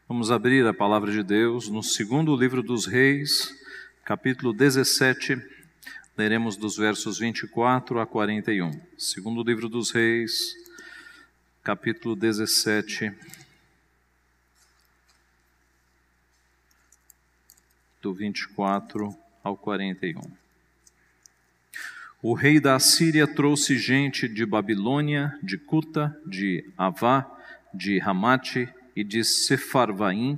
Vamos abrir a palavra de Deus no segundo livro dos Reis, capítulo 17, leremos dos versos 24 a 41. Segundo livro dos Reis, capítulo 17, do 24 ao 41. O rei da Assíria trouxe gente de Babilônia, de Cuta, de Avá, de Ramate e de Sefarvaim,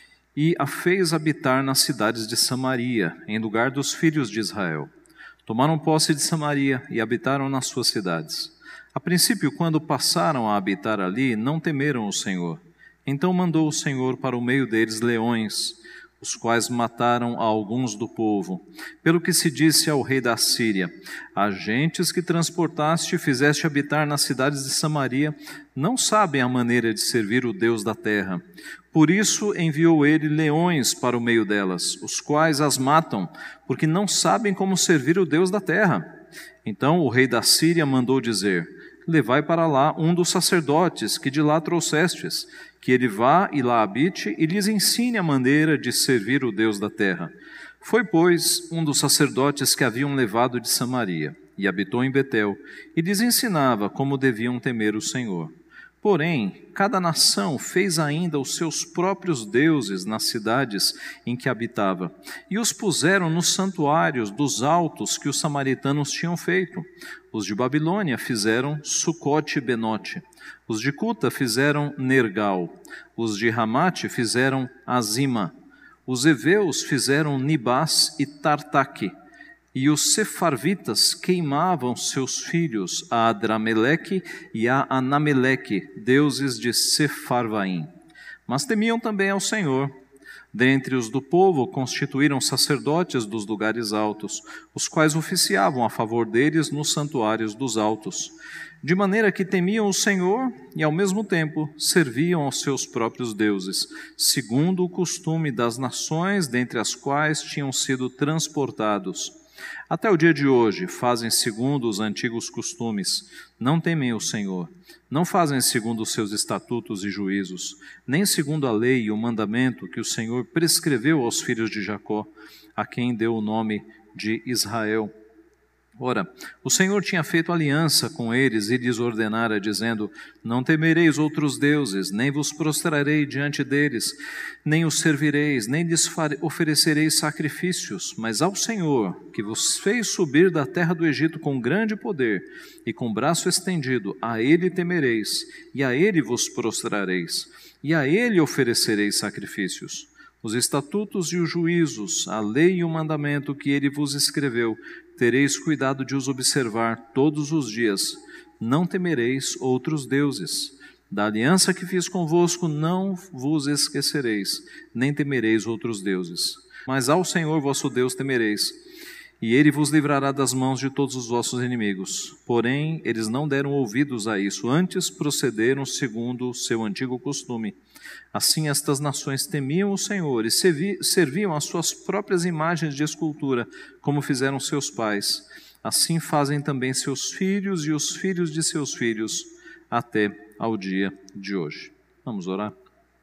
e a fez habitar nas cidades de Samaria, em lugar dos filhos de Israel. Tomaram posse de Samaria e habitaram nas suas cidades. A princípio, quando passaram a habitar ali, não temeram o Senhor. Então mandou o Senhor para o meio deles leões, os quais mataram a alguns do povo. Pelo que se disse ao rei da Síria: as gentes que transportaste e fizeste habitar nas cidades de Samaria não sabem a maneira de servir o Deus da terra. Por isso enviou ele leões para o meio delas, os quais as matam, porque não sabem como servir o Deus da terra. Então o rei da Síria mandou dizer: levai para lá um dos sacerdotes que de lá trouxestes, que ele vá e lá habite e lhes ensine a maneira de servir o Deus da terra. Foi, pois, um dos sacerdotes que haviam levado de Samaria, e habitou em Betel, e lhes ensinava como deviam temer o Senhor. Porém, cada nação fez ainda os seus próprios deuses nas cidades em que habitava, e os puseram nos santuários dos altos que os samaritanos tinham feito. Os de Babilônia fizeram Sucote e Benote, os de Cuta fizeram Nergal, os de Ramate fizeram Azima, os heveus fizeram Nibás e Tartaque, e os sefarvitas queimavam seus filhos a Adrameleque e a Anameleque, deuses de Sefarvaim. Mas temiam também ao Senhor. Dentre os do povo constituíram sacerdotes dos lugares altos, os quais oficiavam a favor deles nos santuários dos altos, de maneira que temiam o Senhor e, ao mesmo tempo, serviam aos seus próprios deuses, segundo o costume das nações dentre as quais tinham sido transportados. Até o dia de hoje fazem segundo os antigos costumes, não temem o Senhor, não fazem segundo os seus estatutos e juízos, nem segundo a lei e o mandamento que o Senhor prescreveu aos filhos de Jacó, a quem deu o nome de Israel. Ora, o Senhor tinha feito aliança com eles e lhes ordenara, dizendo: não temereis outros deuses, nem vos prostrarei diante deles, nem os servireis, nem lhes oferecereis sacrifícios, mas ao Senhor, que vos fez subir da terra do Egito com grande poder e com braço estendido, a Ele temereis, e a Ele vos prostrareis, e a Ele oferecereis sacrifícios. Os estatutos e os juízos, a lei e o mandamento que Ele vos escreveu, tereis cuidado de os observar todos os dias. Não temereis outros deuses. Da aliança que fiz convosco não vos esquecereis, nem temereis outros deuses. Mas ao Senhor vosso Deus temereis, e Ele vos livrará das mãos de todos os vossos inimigos. Porém, eles não deram ouvidos a isso, antes procederam segundo o seu antigo costume. Assim estas nações temiam o Senhor e serviam as suas próprias imagens de escultura, como fizeram seus pais. Assim fazem também seus filhos e os filhos de seus filhos, até ao dia de hoje. Vamos orar?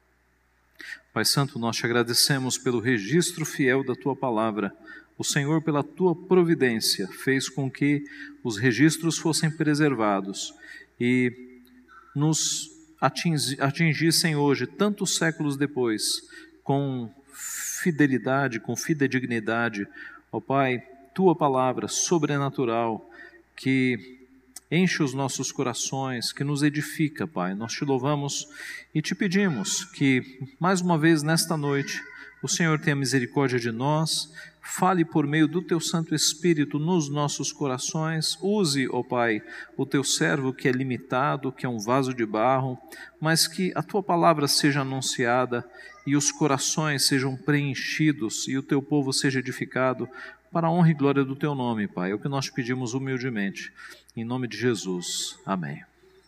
Pai Santo, nós te agradecemos pelo registro fiel da Tua palavra. O Senhor, pela Tua providência, fez com que os registros fossem preservados e nos atingissem hoje, tantos séculos depois, com fidelidade, com fidedignidade, ó Pai, Tua palavra sobrenatural, que enche os nossos corações, que nos edifica, Pai. Nós te louvamos e te pedimos que, mais uma vez nesta noite, o Senhor tenha misericórdia de nós, fale por meio do Teu Santo Espírito nos nossos corações, use, ó Pai, o Teu servo que é limitado, que é um vaso de barro, mas que a Tua palavra seja anunciada e os corações sejam preenchidos e o Teu povo seja edificado para a honra e glória do Teu nome, Pai. É o que nós pedimos humildemente, em nome de Jesus. Amém.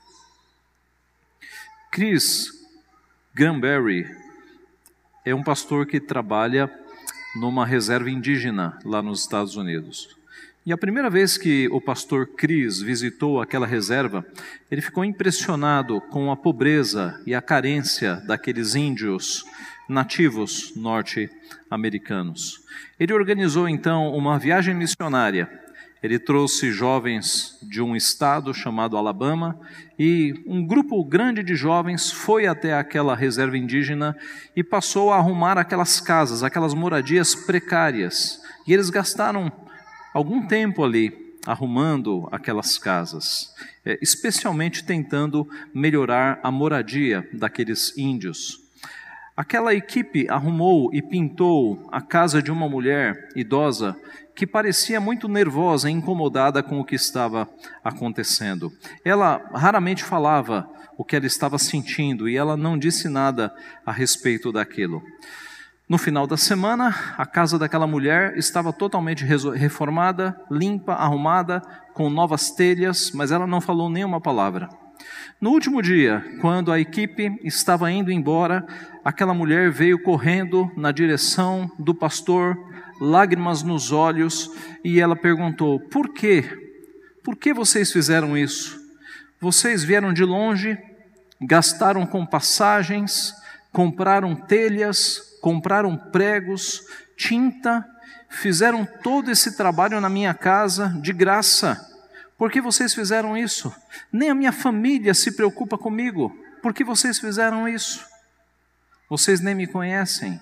Chris Granberry é um pastor que trabalha numa reserva indígena lá nos Estados Unidos. E a primeira vez que o pastor Cris visitou aquela reserva, ele ficou impressionado com a pobreza e a carência daqueles índios nativos norte-americanos. Ele organizou então uma viagem missionária. Ele trouxe jovens de um estado chamado Alabama e um grupo grande de jovens foi até aquela reserva indígena e passou a arrumar aquelas casas, aquelas moradias precárias. E eles gastaram algum tempo ali arrumando aquelas casas, especialmente tentando melhorar a moradia daqueles índios. Aquela equipe arrumou e pintou a casa de uma mulher idosa que parecia muito nervosa e incomodada com o que estava acontecendo. Ela raramente falava o que ela estava sentindo e ela não disse nada a respeito daquilo. No final da semana, a casa daquela mulher estava totalmente reformada, limpa, arrumada, com novas telhas, mas ela não falou nenhuma palavra. No último dia, quando a equipe estava indo embora, aquela mulher veio correndo na direção do pastor, lágrimas nos olhos, e ela perguntou: por quê? Por que vocês fizeram isso? Vocês vieram de longe, gastaram com passagens, compraram telhas, compraram pregos, tinta, fizeram todo esse trabalho na minha casa de graça. Por que vocês fizeram isso? Nem a minha família se preocupa comigo. Por que vocês fizeram isso? Vocês nem me conhecem.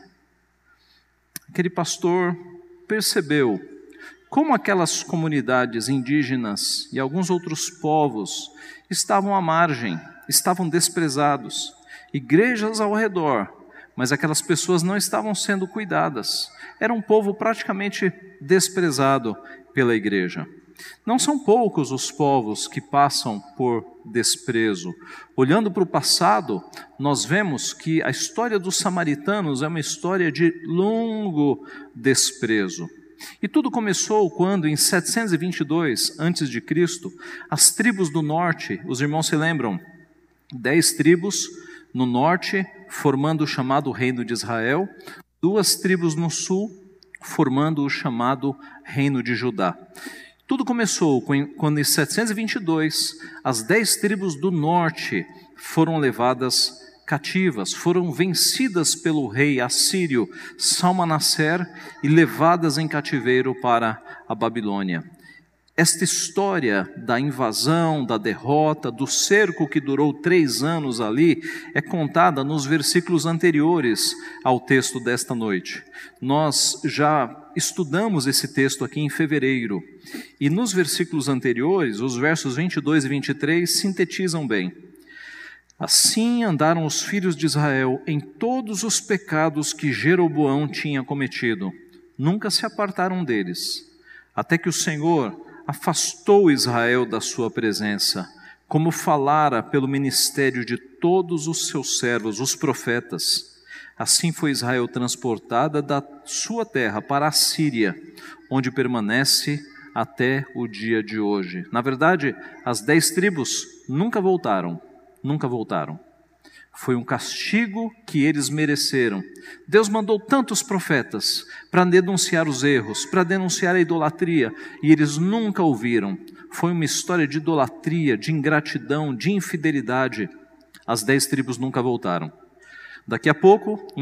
Aquele pastor percebeu como aquelas comunidades indígenas e alguns outros povos estavam à margem, estavam desprezados. Igrejas ao redor, mas aquelas pessoas não estavam sendo cuidadas. Era um povo praticamente desprezado pela igreja. Não são poucos os povos que passam por desprezo. Olhando para o passado, nós vemos que a história dos samaritanos é uma história de longo desprezo. E tudo começou quando, em 722 a.C., as tribos do norte, os irmãos se lembram, 10 tribos no norte, formando o chamado Reino de Israel, 2 tribos no sul, formando o chamado Reino de Judá. Tudo começou quando, em 722, as 10 tribos do norte foram levadas cativas, foram vencidas pelo rei assírio Salmanasser e levadas em cativeiro para a Babilônia. Esta história da invasão, da derrota, do cerco que durou 3 anos ali, é contada nos versículos anteriores ao texto desta noite. Nós já estudamos esse texto aqui em fevereiro, e nos versículos anteriores, os versos 22 e 23, sintetizam bem. Assim andaram os filhos de Israel em todos os pecados que Jeroboão tinha cometido. Nunca se apartaram deles, até que o Senhor afastou Israel da sua presença, como falara pelo ministério de todos os seus servos, os profetas. Assim foi Israel transportada da sua terra para a Síria, onde permanece até o dia de hoje. Na verdade, as 10 tribos nunca voltaram. Foi um castigo que eles mereceram. Deus mandou tantos profetas para denunciar os erros, para denunciar a idolatria, e eles nunca ouviram. Foi uma história de idolatria, de ingratidão, de infidelidade. As 10 tribos nunca voltaram. Daqui a pouco, em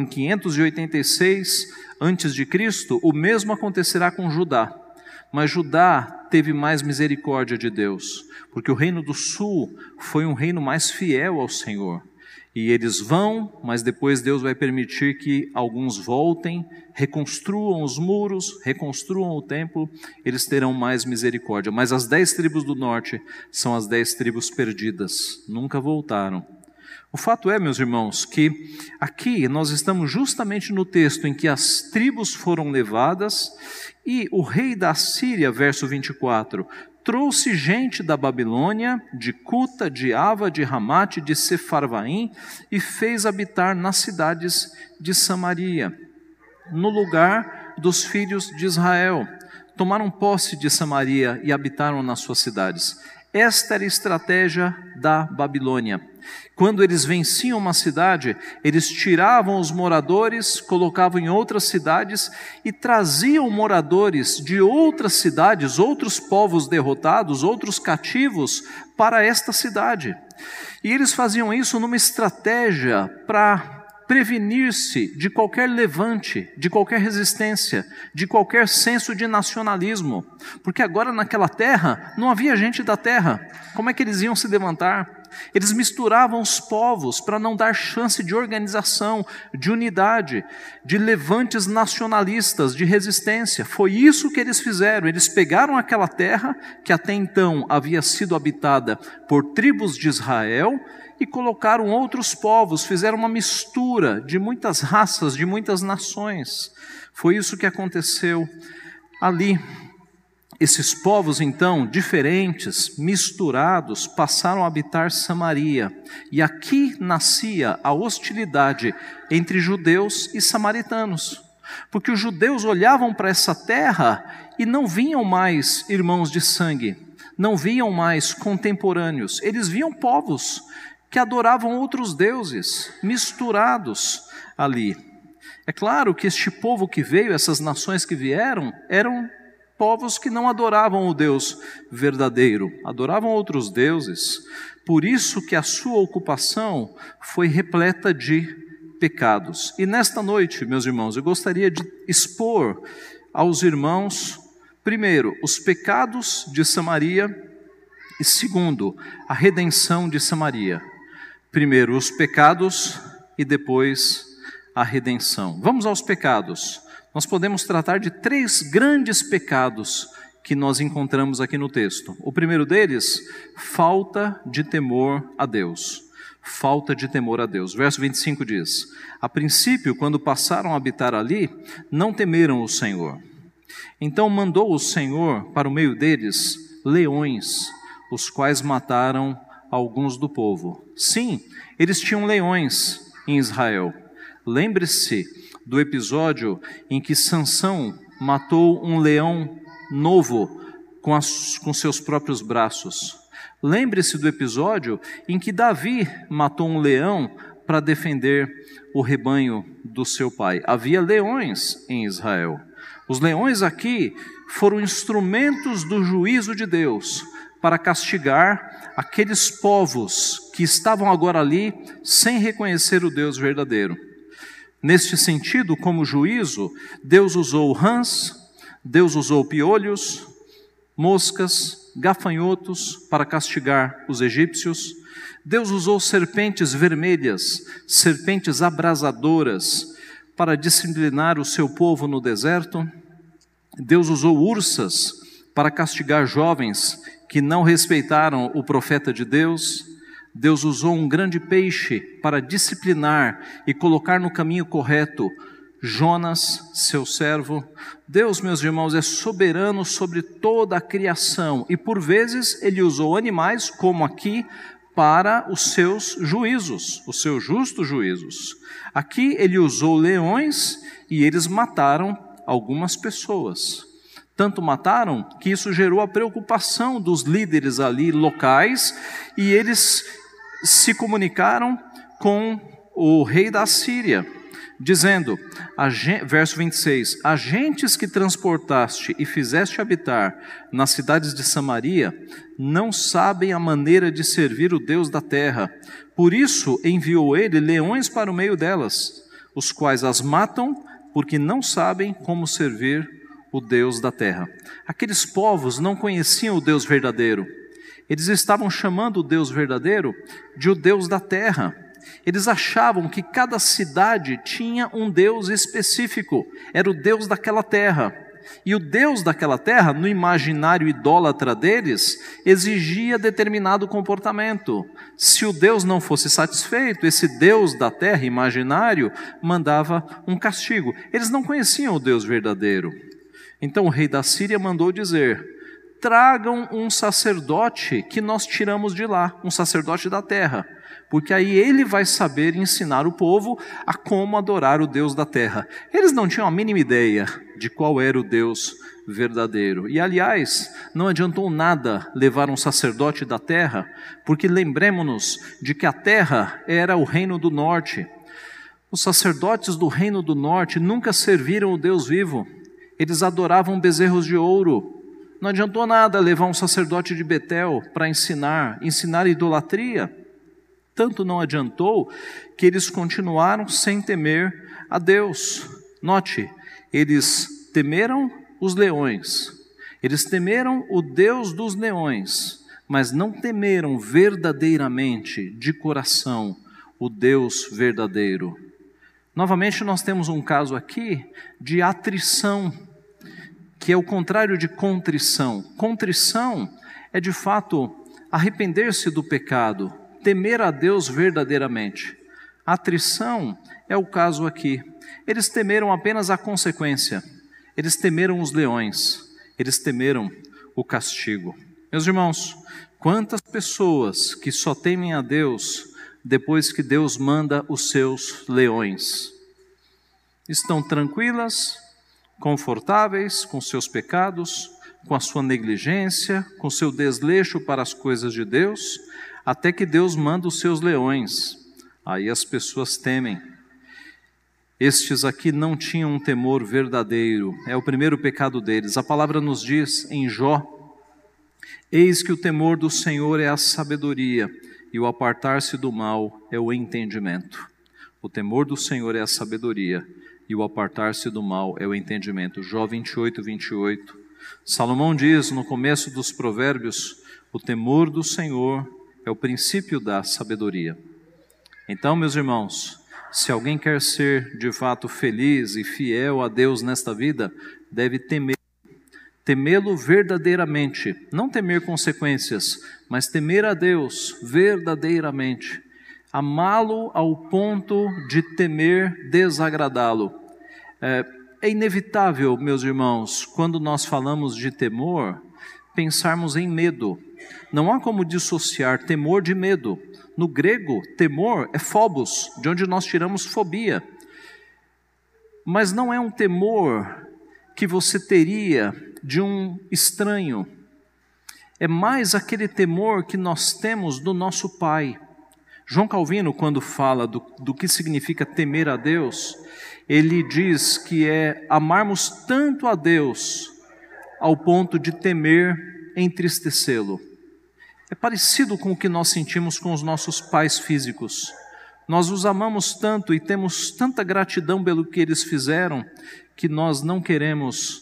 586 a.C., o mesmo acontecerá com Judá. Mas Judá teve mais misericórdia de Deus, porque o reino do sul foi um reino mais fiel ao Senhor. E eles vão, mas depois Deus vai permitir que alguns voltem, reconstruam os muros, reconstruam o templo, eles terão mais misericórdia. Mas as 10 tribos do norte são as 10 tribos perdidas, nunca voltaram. O fato é, meus irmãos, que aqui nós estamos justamente no texto em que as tribos foram levadas e o rei da Síria, verso 24, trouxe gente da Babilônia, de Cuta, de Ava, de Ramate, de Sefarvaim, e fez habitar nas cidades de Samaria, no lugar dos filhos de Israel. Tomaram posse de Samaria e habitaram nas suas cidades. Esta era a estratégia da Babilônia. Quando eles venciam uma cidade, eles tiravam os moradores, colocavam em outras cidades e traziam moradores de outras cidades, outros povos derrotados, outros cativos para esta cidade. E eles faziam isso numa estratégia para prevenir-se de qualquer levante, de qualquer resistência, de qualquer senso de nacionalismo. Porque agora naquela terra não havia gente da terra. Como é que eles iam se levantar? Eles misturavam os povos para não dar chance de organização, de unidade, de levantes nacionalistas, de resistência. Foi isso que eles fizeram. Eles pegaram aquela terra que até então havia sido habitada por tribos de Israel e colocaram outros povos, fizeram uma mistura de muitas raças, de muitas nações. Foi isso que aconteceu ali. Esses povos, então, diferentes, misturados, passaram a habitar Samaria. E aqui nascia a hostilidade entre judeus e samaritanos. Porque os judeus olhavam para essa terra e não viam mais irmãos de sangue, não viam mais contemporâneos. Eles viam povos que adoravam outros deuses, misturados ali. É claro que este povo que veio, essas nações que vieram, eram povos que não adoravam o Deus verdadeiro, adoravam outros deuses. Por isso que a sua ocupação foi repleta de pecados. E nesta noite, meus irmãos, eu gostaria de expor aos irmãos, primeiro, os pecados de Samaria e segundo, a redenção de Samaria. Primeiro os pecados e depois a redenção. Vamos aos pecados. Nós podemos tratar de 3 grandes pecados que nós encontramos aqui no texto. O primeiro deles, falta de temor a Deus. Falta de temor a Deus. Verso 25 diz: a princípio, quando passaram a habitar ali, não temeram o Senhor. Então mandou o Senhor para o meio deles leões, os quais mataram alguns do povo. Sim, eles tinham leões em Israel. Lembre-se do episódio em que Sansão matou um leão novo com seus próprios braços. Lembre-se do episódio em que Davi matou um leão para defender o rebanho do seu pai. Havia leões em Israel. Os leões aqui foram instrumentos do juízo de Deus para castigar aqueles povos que estavam agora ali sem reconhecer o Deus verdadeiro. Neste sentido, como juízo, Deus usou rãs, Deus usou piolhos, moscas, gafanhotos para castigar os egípcios. Deus usou serpentes vermelhas, serpentes abrasadoras para disciplinar o seu povo no deserto. Deus usou ursas para castigar jovens que não respeitaram o profeta de Deus. Deus usou um grande peixe para disciplinar e colocar no caminho correto Jonas, seu servo. Deus, meus irmãos, é soberano sobre toda a criação e por vezes Ele usou animais, como aqui, para os seus juízos, os seus justos juízos. Aqui Ele usou leões e eles mataram algumas pessoas. Tanto mataram que isso gerou a preocupação dos líderes ali locais e eles se comunicaram com o rei da Síria, dizendo, verso 26, agentes que transportaste e fizeste habitar nas cidades de Samaria, não sabem a maneira de servir o Deus da terra. Por isso enviou ele leões para o meio delas, os quais as matam, porque não sabem como servir o Deus da terra. Aqueles povos não conheciam o Deus verdadeiro. Eles estavam chamando o Deus verdadeiro de o Deus da terra. Eles achavam que cada cidade tinha um Deus específico, era o Deus daquela terra. E o Deus daquela terra, no imaginário idólatra deles, exigia determinado comportamento. Se o Deus não fosse satisfeito, esse Deus da terra imaginário mandava um castigo. Eles não conheciam o Deus verdadeiro. Então o rei da Síria mandou dizer, tragam um sacerdote que nós tiramos de lá, um sacerdote da terra, porque aí ele vai saber ensinar o povo a como adorar o Deus da terra. Eles não tinham a mínima ideia de qual era o Deus verdadeiro. E aliás, não adiantou nada levar um sacerdote da terra, porque lembremos-nos de que a terra era o reino do norte. Os sacerdotes do reino do norte nunca serviram o Deus vivo, eles adoravam bezerros de ouro. Não adiantou nada levar um sacerdote de Betel para ensinar idolatria. Tanto não adiantou que eles continuaram sem temer a Deus. Note, eles temeram os leões, eles temeram o Deus dos leões, mas não temeram verdadeiramente, de coração, o Deus verdadeiro. Novamente nós temos um caso aqui de atrição, que é o contrário de contrição. Contrição é de fato arrepender-se do pecado, temer a Deus verdadeiramente. Atrição é o caso aqui. Eles temeram apenas a consequência, eles temeram os leões, eles temeram o castigo. Meus irmãos, quantas pessoas que só temem a Deus depois que Deus manda os seus leões? Estão tranquilas, confortáveis com seus pecados, com a sua negligência, com seu desleixo para as coisas de Deus, até que Deus manda os seus leões. Aí as pessoas temem. Estes aqui não tinham um temor verdadeiro, é o primeiro pecado deles. A palavra nos diz em Jó: eis que o temor do Senhor é a sabedoria, e o apartar-se do mal é o entendimento. O temor do Senhor é a sabedoria, e o apartar-se do mal é o entendimento. Jó 28, 28. Salomão diz no começo dos Provérbios: o temor do Senhor é o princípio da sabedoria. Então, meus irmãos, se alguém quer ser de fato feliz e fiel a Deus nesta vida, deve temê-lo verdadeiramente, não temer consequências, mas temer a Deus verdadeiramente, amá-lo ao ponto de temer desagradá-lo. É inevitável, meus irmãos, quando nós falamos de temor, pensarmos em medo. Não há como dissociar temor de medo. No grego, temor é phobos, de onde nós tiramos fobia. Mas não é um temor que você teria de um estranho. É mais aquele temor que nós temos do nosso Pai. João Calvino, quando fala do que significa temer a Deus, ele diz que é amarmos tanto a Deus ao ponto de temer entristecê-lo. É parecido com o que nós sentimos com os nossos pais físicos. Nós os amamos tanto e temos tanta gratidão pelo que eles fizeram, que nós não queremos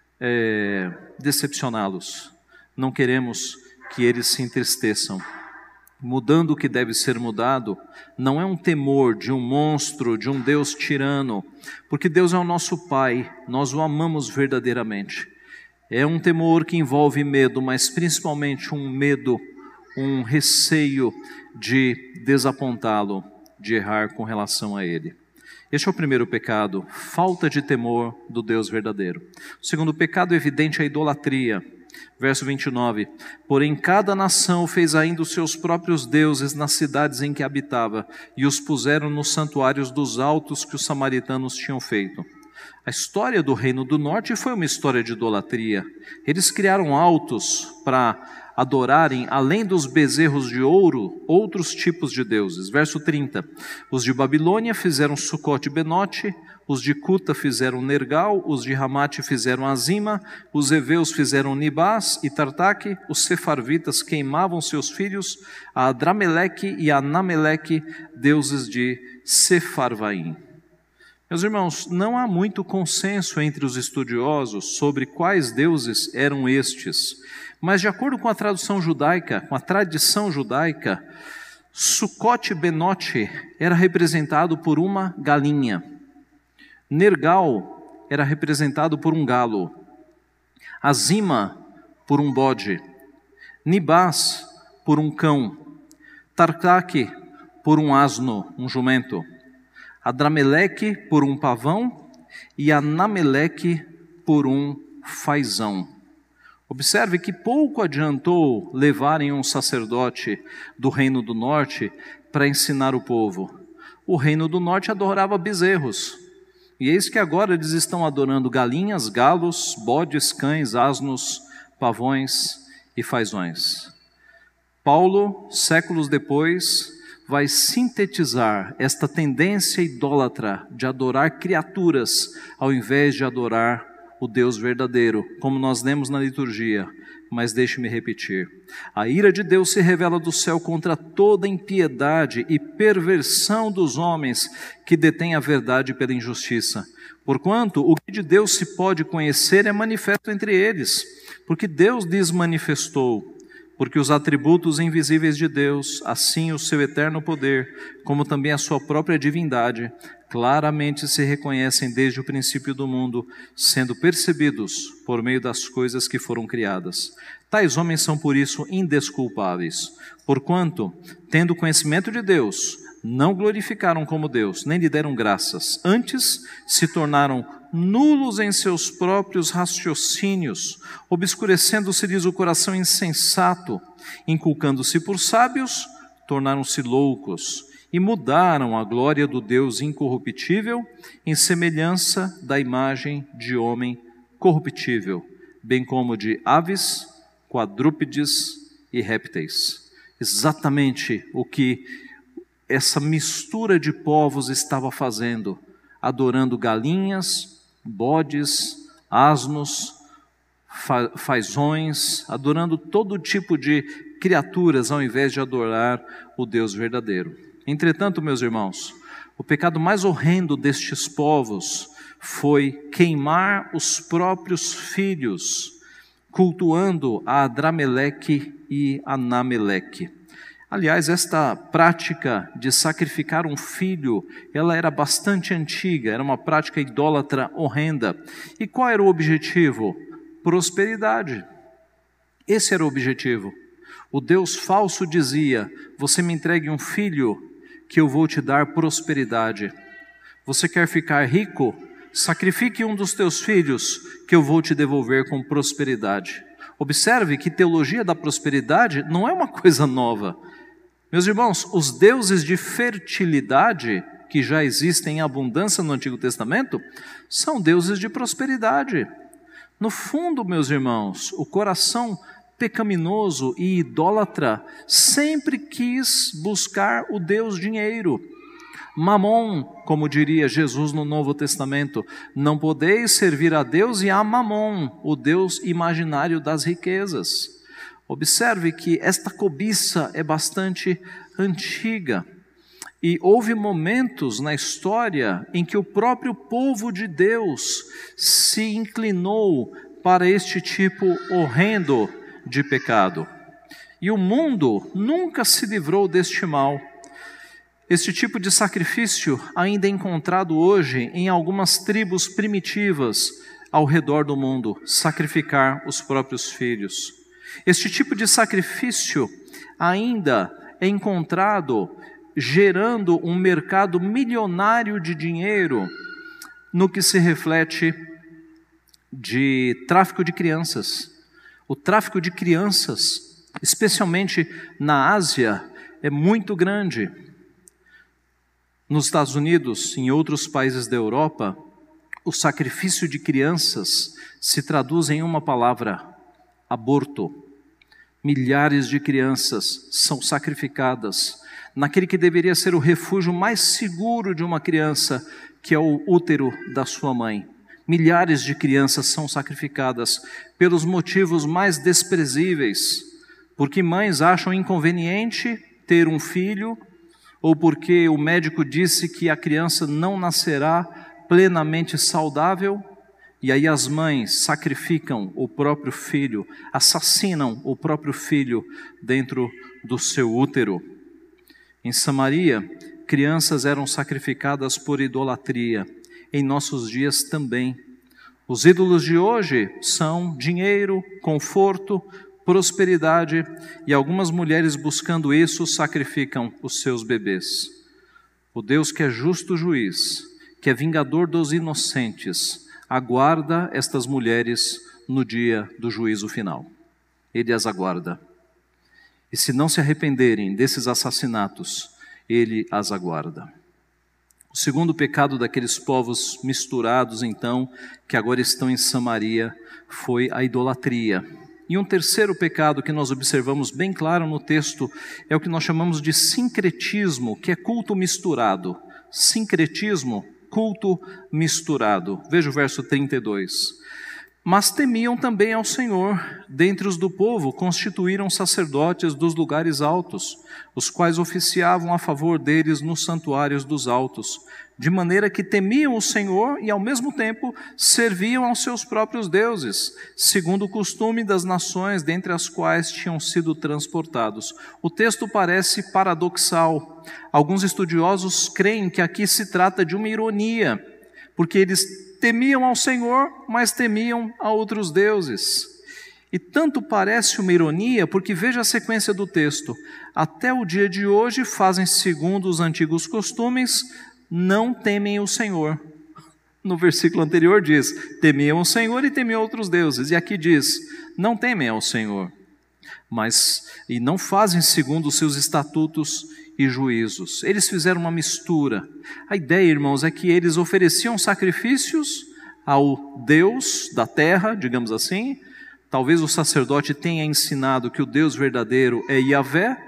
decepcioná-los, não queremos que eles se entristeçam. Mudando o que deve ser mudado, não é um temor de um monstro, de um Deus tirano, porque Deus é o nosso Pai, nós o amamos verdadeiramente. É um temor que envolve medo, mas principalmente um medo, um receio de desapontá-lo, de errar com relação a Ele. Este é o primeiro pecado, falta de temor do Deus verdadeiro. O segundo pecado evidente é a idolatria. Verso 29, porém cada nação fez ainda os seus próprios deuses nas cidades em que habitava, e os puseram nos santuários dos altos que os samaritanos tinham feito. A história do Reino do Norte foi uma história de idolatria. Eles criaram altos para adorarem, além dos bezerros de ouro, outros tipos de deuses. Verso 30, os de Babilônia fizeram Sucote e Benote, os de Cuta fizeram Nergal, os de Ramate fizeram Azima, os heveus fizeram Nibás e Tartaque, os sefarvitas queimavam seus filhos, a Adrameleque e a Anameleque, deuses de Sefarvaim. Meus irmãos, não há muito consenso entre os estudiosos sobre quais deuses eram estes, mas de acordo com a tradução judaica, com a tradição judaica, Sucote Benote era representado por uma galinha, Nergal era representado por um galo, Azima por um bode, Nibás por um cão, Tartaque por um asno, um jumento, Adrameleque por um pavão e Anameleque por um fazão. Observe que pouco adiantou levarem um sacerdote do Reino do Norte para ensinar o povo. O Reino do Norte adorava bezerros. E eis que agora eles estão adorando galinhas, galos, bodes, cães, asnos, pavões e fazões. Paulo, séculos depois, vai sintetizar esta tendência idólatra de adorar criaturas ao invés de adorar o Deus verdadeiro, como nós lemos na liturgia. Mas deixe-me repetir: a ira de Deus se revela do céu contra toda impiedade e perversão dos homens que detêm a verdade pela injustiça. Porquanto o que de Deus se pode conhecer é manifesto entre eles, porque Deus lhes manifestou. Porque os atributos invisíveis de Deus, assim o seu eterno poder, como também a sua própria divindade, claramente se reconhecem desde o princípio do mundo, sendo percebidos por meio das coisas que foram criadas. Tais homens são por isso indesculpáveis, porquanto, tendo conhecimento de Deus, não glorificaram como Deus, nem lhe deram graças. Antes, se tornaram nulos em seus próprios raciocínios, obscurecendo-se-lhes o coração insensato, inculcando-se por sábios, tornaram-se loucos, e mudaram a glória do Deus incorruptível em semelhança da imagem de homem corruptível, bem como de aves, quadrúpedes e répteis. Exatamente o que essa mistura de povos estava fazendo, adorando galinhas, bodes, asnos, fazões, adorando todo tipo de criaturas ao invés de adorar o Deus verdadeiro. Entretanto, meus irmãos, o pecado mais horrendo destes povos foi queimar os próprios filhos, cultuando a Adrameleque e Anameleque. Aliás, esta prática de sacrificar um filho, ela era bastante antiga, era uma prática idólatra horrenda. E qual era o objetivo? Prosperidade. Esse era o objetivo. O Deus falso dizia: você me entregue um filho que eu vou te dar prosperidade. Você quer ficar rico? Sacrifique um dos teus filhos que eu vou te devolver com prosperidade. Observe que teologia da prosperidade não é uma coisa nova. Meus irmãos, os deuses de fertilidade, que já existem em abundância no Antigo Testamento, são deuses de prosperidade. No fundo, meus irmãos, o coração pecaminoso e idólatra sempre quis buscar o Deus dinheiro. Mamon, como diria Jesus no Novo Testamento, não podeis servir a Deus e a Mamon, o Deus imaginário das riquezas. Observe que esta cobiça é bastante antiga e houve momentos na história em que o próprio povo de Deus se inclinou para este tipo horrendo de pecado. E o mundo nunca se livrou deste mal. Este tipo de sacrifício ainda é encontrado hoje em algumas tribos primitivas ao redor do mundo, sacrificar os próprios filhos. Este tipo de sacrifício ainda é encontrado gerando um mercado milionário de dinheiro no que se reflete de tráfico de crianças. O tráfico de crianças, especialmente na Ásia, é muito grande. Nos Estados Unidos, em outros países da Europa, o sacrifício de crianças se traduz em uma palavra: aborto. Milhares de crianças são sacrificadas naquele que deveria ser o refúgio mais seguro de uma criança, que é o útero da sua mãe. Milhares de crianças são sacrificadas pelos motivos mais desprezíveis, porque mães acham inconveniente ter um filho, ou porque o médico disse que a criança não nascerá plenamente saudável, e aí as mães sacrificam o próprio filho, assassinam o próprio filho dentro do seu útero. Em Samaria, crianças eram sacrificadas por idolatria. Em nossos dias também. Os ídolos de hoje são dinheiro, conforto, prosperidade, e algumas mulheres buscando isso sacrificam os seus bebês. O Deus que é justo juiz, que é vingador dos inocentes, aguarda estas mulheres no dia do juízo final. Ele as aguarda. E se não se arrependerem desses assassinatos, ele as aguarda. O segundo pecado daqueles povos misturados, então, que agora estão em Samaria, foi a idolatria. E um terceiro pecado que nós observamos bem claro no texto é o que nós chamamos de sincretismo, que é culto misturado. Sincretismo, culto misturado. Veja o verso 32. Mas temiam também ao Senhor, dentre os do povo constituíram sacerdotes dos lugares altos, os quais oficiavam a favor deles nos santuários dos altos, de maneira que temiam o Senhor e ao mesmo tempo serviam aos seus próprios deuses, segundo o costume das nações dentre as quais tinham sido transportados. O texto parece paradoxal. Alguns estudiosos creem que aqui se trata de uma ironia, porque eles temiam ao Senhor, mas temiam a outros deuses. E tanto parece uma ironia, porque veja a sequência do texto. Até o dia de hoje fazem segundo os antigos costumes, não temem o Senhor. No versículo anterior diz, temiam o Senhor e temiam outros deuses. E aqui diz, não temem ao Senhor, e não fazem segundo os seus estatutos e juízos. Eles fizeram uma mistura. A ideia, irmãos, é que eles ofereciam sacrifícios ao Deus da terra, digamos assim. Talvez o sacerdote tenha ensinado que o Deus verdadeiro é Yahvé,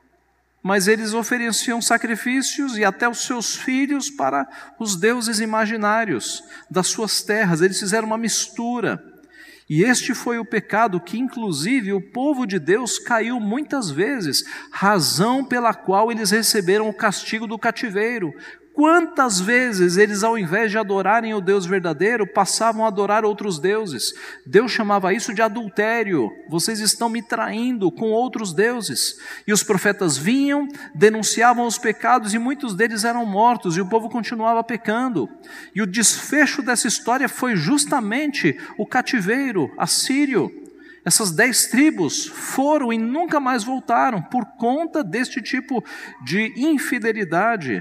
mas eles ofereciam sacrifícios e até os seus filhos para os deuses imaginários das suas terras. Eles fizeram uma mistura. E este foi o pecado que, inclusive, o povo de Deus caiu muitas vezes, razão pela qual eles receberam o castigo do cativeiro. Quantas vezes eles, ao invés de adorarem o Deus verdadeiro, passavam a adorar outros deuses? Deus chamava isso de adultério. Vocês estão me traindo com outros deuses. E os profetas vinham, denunciavam os pecados e muitos deles eram mortos e o povo continuava pecando. E o desfecho dessa história foi justamente o cativeiro assírio. Essas 10 tribos foram e nunca mais voltaram por conta deste tipo de infidelidade.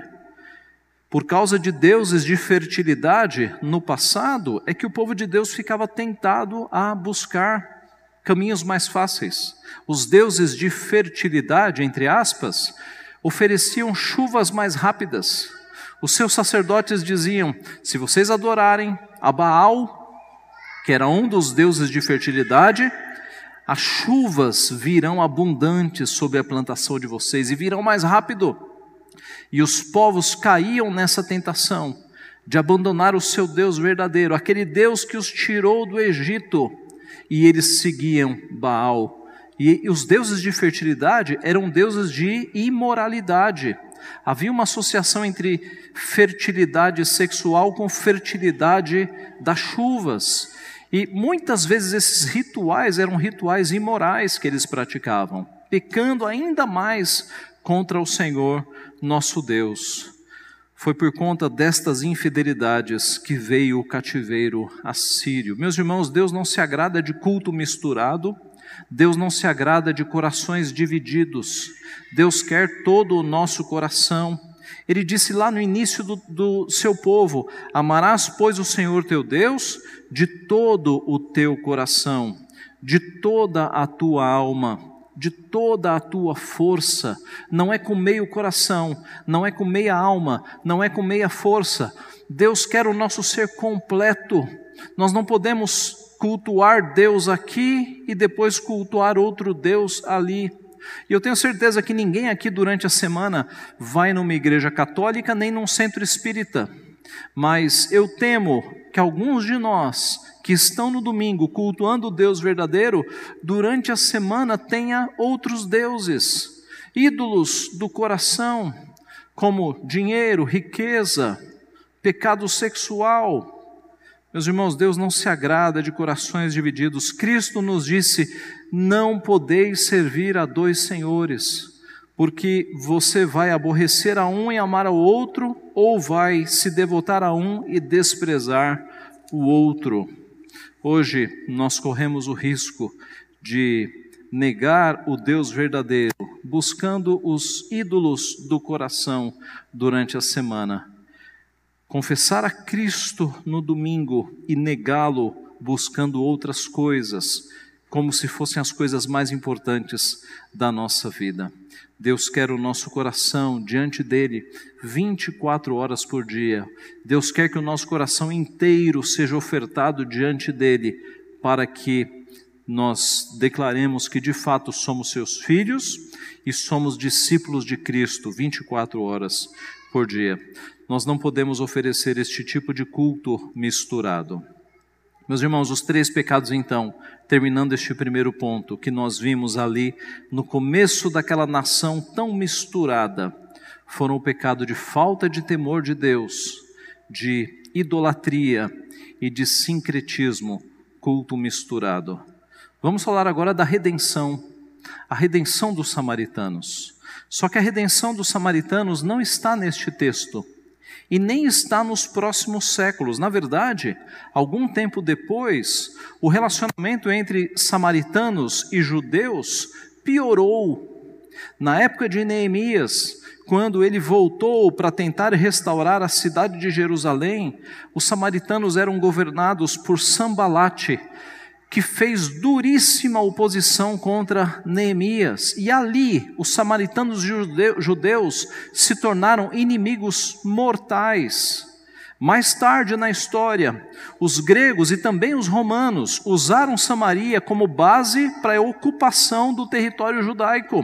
Por causa de deuses de fertilidade no passado, é que o povo de Deus ficava tentado a buscar caminhos mais fáceis. Os deuses de fertilidade, entre aspas, ofereciam chuvas mais rápidas. Os seus sacerdotes diziam, se vocês adorarem a Baal, que era um dos deuses de fertilidade, as chuvas virão abundantes sobre a plantação de vocês e virão mais rápido. E os povos caíam nessa tentação de abandonar o seu Deus verdadeiro, aquele Deus que os tirou do Egito, e eles seguiam Baal. E os deuses de fertilidade eram deuses de imoralidade. Havia uma associação entre fertilidade sexual com fertilidade das chuvas. E muitas vezes esses rituais eram rituais imorais que eles praticavam, pecando ainda mais contra o Senhor nosso Deus. Foi por conta destas infidelidades que veio o cativeiro assírio. Meus irmãos, Deus não se agrada de culto misturado, Deus não se agrada de corações divididos. Deus quer todo o nosso coração. Ele disse lá no início do seu povo, amarás, pois, o Senhor teu Deus de todo o teu coração, de toda a tua alma, de toda a tua força. Não é com meio coração, não é com meia alma, não é com meia força. Deus quer o nosso ser completo. Nós não podemos cultuar Deus aqui e depois cultuar outro Deus ali. E eu tenho certeza que ninguém aqui durante a semana vai numa igreja católica nem num centro espírita. Mas eu temo que alguns de nós que estão no domingo cultuando o Deus verdadeiro, durante a semana tenha outros deuses, ídolos do coração, como dinheiro, riqueza, pecado sexual. Meus irmãos, Deus não se agrada de corações divididos. Cristo nos disse, não podeis servir a dois senhores, porque você vai aborrecer a um e amar ao outro, ou vai se devotar a um e desprezar o outro. Hoje nós corremos o risco de negar o Deus verdadeiro, buscando os ídolos do coração durante a semana. Confessar a Cristo no domingo e negá-lo buscando outras coisas como se fossem as coisas mais importantes da nossa vida. Deus quer o nosso coração diante dele 24 horas por dia. Deus quer que o nosso coração inteiro seja ofertado diante dele, para que nós declaremos que de fato somos seus filhos e somos discípulos de Cristo 24 horas por dia. Nós não podemos oferecer este tipo de culto misturado. Meus irmãos, os 3 pecados então, terminando este primeiro ponto, que nós vimos ali no começo daquela nação tão misturada, foram o pecado de falta de temor de Deus, de idolatria e de sincretismo, culto misturado. Vamos falar agora da redenção, a redenção dos samaritanos. Só que a redenção dos samaritanos não está neste texto, e nem está nos próximos séculos. Na verdade, algum tempo depois, o relacionamento entre samaritanos e judeus piorou. Na época de Neemias, quando ele voltou para tentar restaurar a cidade de Jerusalém, os samaritanos eram governados por Sambalate, que fez duríssima oposição contra Neemias. E ali, os samaritanos judeus se tornaram inimigos mortais. Mais tarde na história, os gregos e também os romanos usaram Samaria como base para a ocupação do território judaico.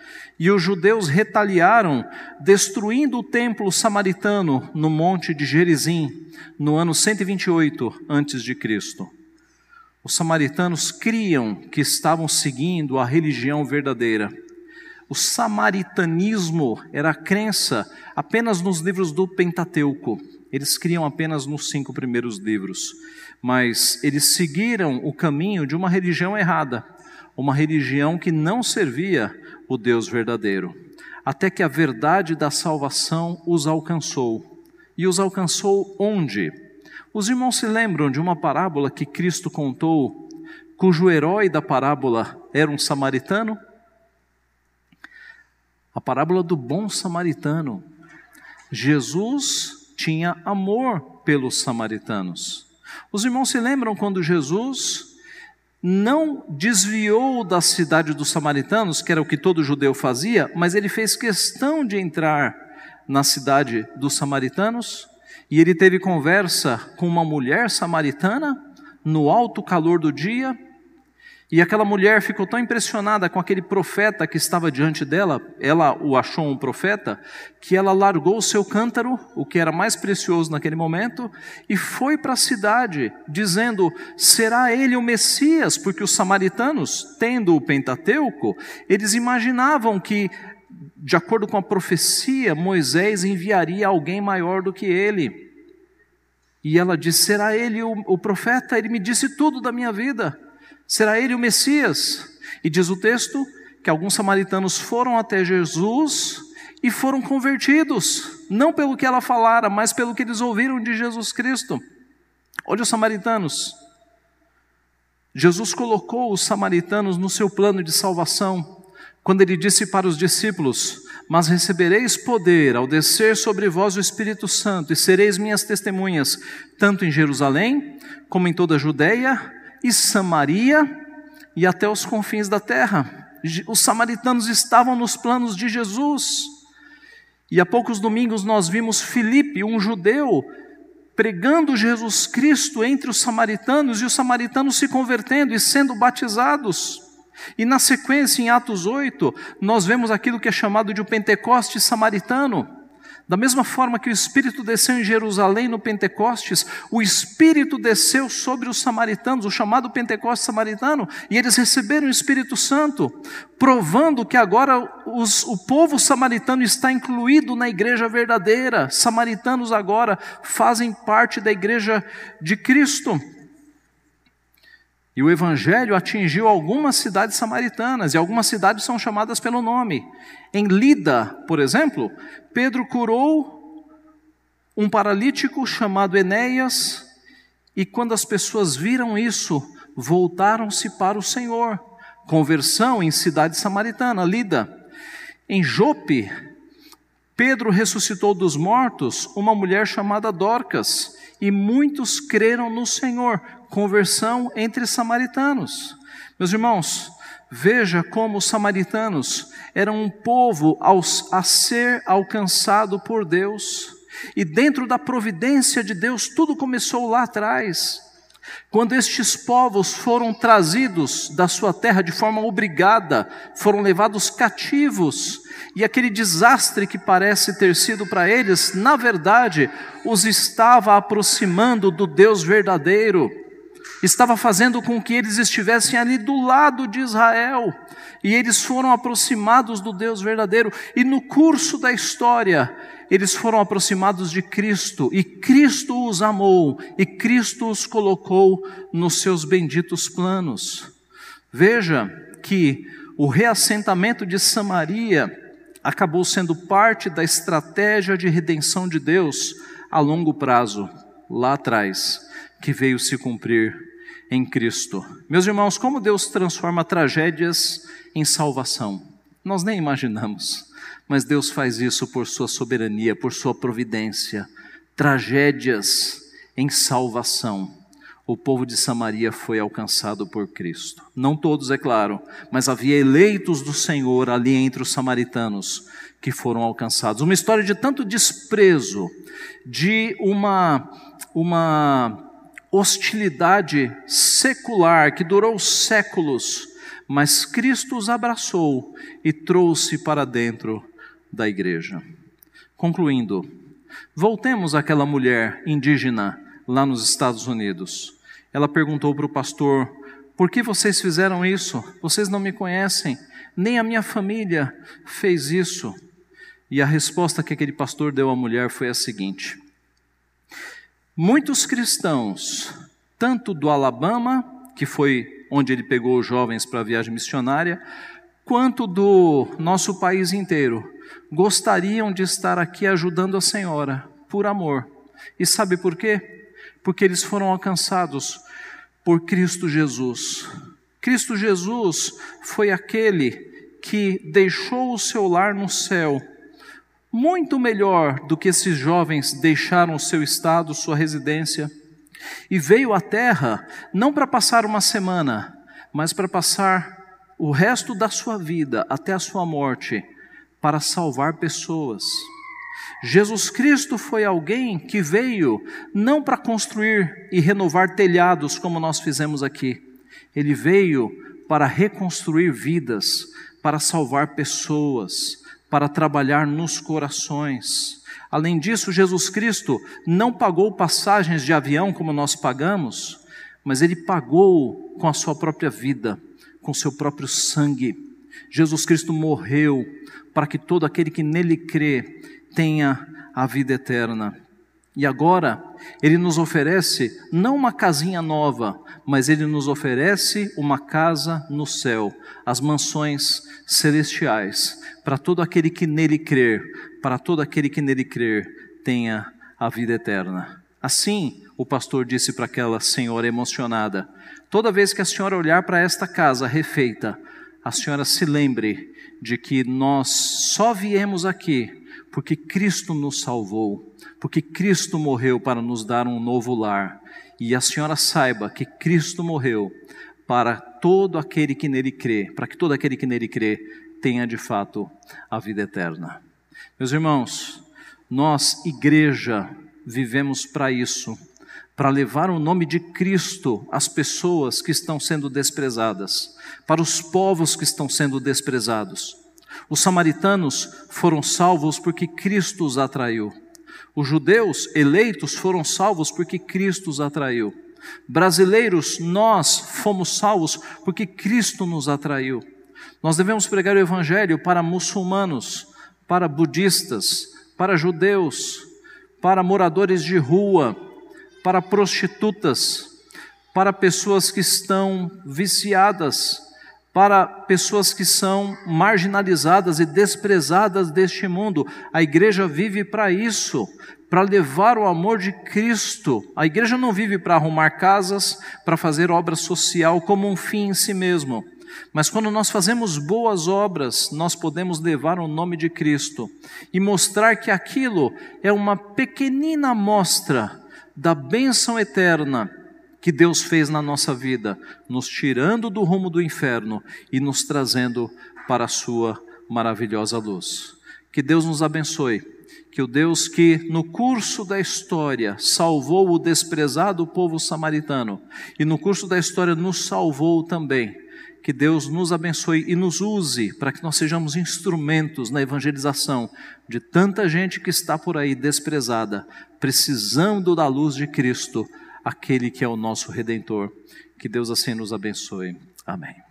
E os judeus retaliaram, destruindo o templo samaritano no monte de Gerizim, no ano 128 a.C. Os samaritanos criam que estavam seguindo a religião verdadeira. O samaritanismo era a crença apenas nos livros do Pentateuco. Eles criam apenas nos 5 primeiros livros. Mas eles seguiram o caminho de uma religião errada, uma religião que não servia o Deus verdadeiro. Até que a verdade da salvação os alcançou. E os alcançou onde? Os irmãos se lembram de uma parábola que Cristo contou, cujo herói da parábola era um samaritano? A parábola do bom samaritano. Jesus tinha amor pelos samaritanos. Os irmãos se lembram quando Jesus não desviou da cidade dos samaritanos, que era o que todo judeu fazia, mas ele fez questão de entrar na cidade dos samaritanos? E ele teve conversa com uma mulher samaritana no alto calor do dia, e aquela mulher ficou tão impressionada com aquele profeta que estava diante dela, ela o achou um profeta, que ela largou o seu cântaro, o que era mais precioso naquele momento, e foi para a cidade, dizendo: será ele o Messias? Porque os samaritanos, tendo o Pentateuco, eles imaginavam que, de acordo com a profecia, Moisés enviaria alguém maior do que ele. E ela disse: será ele o profeta? Ele me disse tudo da minha vida. Será ele o Messias? E diz o texto que alguns samaritanos foram até Jesus e foram convertidos, não pelo que ela falara, mas pelo que eles ouviram de Jesus Cristo. Olha os samaritanos. Jesus colocou os samaritanos no seu plano de salvação, quando ele disse para os discípulos: mas recebereis poder ao descer sobre vós o Espírito Santo, e sereis minhas testemunhas, tanto em Jerusalém, como em toda a Judeia e Samaria, e até os confins da terra. Os samaritanos estavam nos planos de Jesus. E há poucos domingos nós vimos Filipe, um judeu, pregando Jesus Cristo entre os samaritanos, e os samaritanos se convertendo e sendo batizados. E na sequência, em Atos 8, nós vemos aquilo que é chamado de o Pentecostes samaritano. Da mesma forma que o Espírito desceu em Jerusalém no Pentecostes, o Espírito desceu sobre os samaritanos, o chamado Pentecostes samaritano, e eles receberam o Espírito Santo, provando que agora o povo samaritano está incluído na igreja verdadeira. Samaritanos agora fazem parte da igreja de Cristo. E o Evangelho atingiu algumas cidades samaritanas, e algumas cidades são chamadas pelo nome. Em Lida, por exemplo, Pedro curou um paralítico chamado Enéas, e quando as pessoas viram isso, voltaram-se para o Senhor. Conversão em cidade samaritana, Lida. Em Jope, Pedro ressuscitou dos mortos uma mulher chamada Dorcas, e muitos creram no Senhor. Conversão entre samaritanos. Meus irmãos, veja como os samaritanos eram um povo a ser alcançado por Deus. E dentro da providência de Deus, tudo começou lá atrás. Quando estes povos foram trazidos da sua terra de forma obrigada, foram levados cativos, e aquele desastre que parece ter sido para eles, na verdade, os estava aproximando do Deus verdadeiro, estava fazendo com que eles estivessem ali do lado de Israel, e eles foram aproximados do Deus verdadeiro, e no curso da história, eles foram aproximados de Cristo, e Cristo os amou, e Cristo os colocou nos seus benditos planos. Veja que o reassentamento de Samaria acabou sendo parte da estratégia de redenção de Deus a longo prazo, lá atrás, que veio se cumprir em Cristo. Meus irmãos, como Deus transforma tragédias em salvação? Nós nem imaginamos. Mas Deus faz isso por sua soberania, por sua providência. Tragédias em salvação. O povo de Samaria foi alcançado por Cristo. Não todos, é claro, mas havia eleitos do Senhor ali entre os samaritanos que foram alcançados. Uma história de tanto desprezo, de uma hostilidade secular que durou séculos, mas Cristo os abraçou e trouxe para dentro da igreja. Concluindo, voltemos àquela mulher indígena lá nos Estados Unidos. Ela perguntou para o pastor: por que vocês fizeram isso? Vocês não me conhecem, nem a minha família fez isso. E a resposta que aquele pastor deu à mulher foi a seguinte: muitos cristãos, tanto do Alabama, que foi onde ele pegou os jovens para a viagem missionária, quanto do nosso país inteiro, gostariam de estar aqui ajudando a senhora, por amor. E sabe por quê? Porque eles foram alcançados por Cristo Jesus. Cristo Jesus foi aquele que deixou o seu lar no céu, muito melhor do que esses jovens deixaram o seu estado, sua residência, e veio à terra não para passar uma semana, mas para passar o resto da sua vida, até a sua morte, para salvar pessoas. Jesus Cristo foi alguém que veio não para construir e renovar telhados como nós fizemos aqui. Ele veio para reconstruir vidas, para salvar pessoas, para trabalhar nos corações. Além disso, Jesus Cristo não pagou passagens de avião como nós pagamos, mas Ele pagou com a sua própria vida, com seu próprio sangue. Jesus Cristo morreu para que todo aquele que nele crê tenha a vida eterna. E agora, Ele nos oferece não uma casinha nova, mas Ele nos oferece uma casa no céu, as mansões celestiais, para todo aquele que nele crer, para todo aquele que nele crer, tenha a vida eterna. Assim, o pastor disse para aquela senhora emocionada: toda vez que a senhora olhar para esta casa refeita, a senhora se lembre de que nós só viemos aqui porque Cristo nos salvou, porque Cristo morreu para nos dar um novo lar. E a senhora saiba que Cristo morreu para todo aquele que nele crê, para que todo aquele que nele crê tenha de fato a vida eterna. Meus irmãos, nós, igreja, vivemos para isso, para levar o nome de Cristo às pessoas que estão sendo desprezadas, para os povos que estão sendo desprezados. Os samaritanos foram salvos porque Cristo os atraiu. Os judeus eleitos foram salvos porque Cristo os atraiu. Brasileiros, nós fomos salvos porque Cristo nos atraiu. Nós devemos pregar o evangelho para muçulmanos, para budistas, para judeus, para moradores de rua, para prostitutas, para pessoas que estão viciadas, para pessoas que são marginalizadas e desprezadas deste mundo. A igreja vive para isso, para levar o amor de Cristo. A igreja não vive para arrumar casas, para fazer obra social como um fim em si mesmo. Mas quando nós fazemos boas obras, nós podemos levar o nome de Cristo e mostrar que aquilo é uma pequenina amostra da bênção eterna que Deus fez na nossa vida, nos tirando do rumo do inferno e nos trazendo para a sua maravilhosa luz. Que Deus nos abençoe, que o Deus que no curso da história salvou o desprezado povo samaritano e no curso da história nos salvou também, que Deus nos abençoe e nos use para que nós sejamos instrumentos na evangelização de tanta gente que está por aí desprezada, precisando da luz de Cristo, aquele que é o nosso Redentor. Que Deus assim nos abençoe. Amém.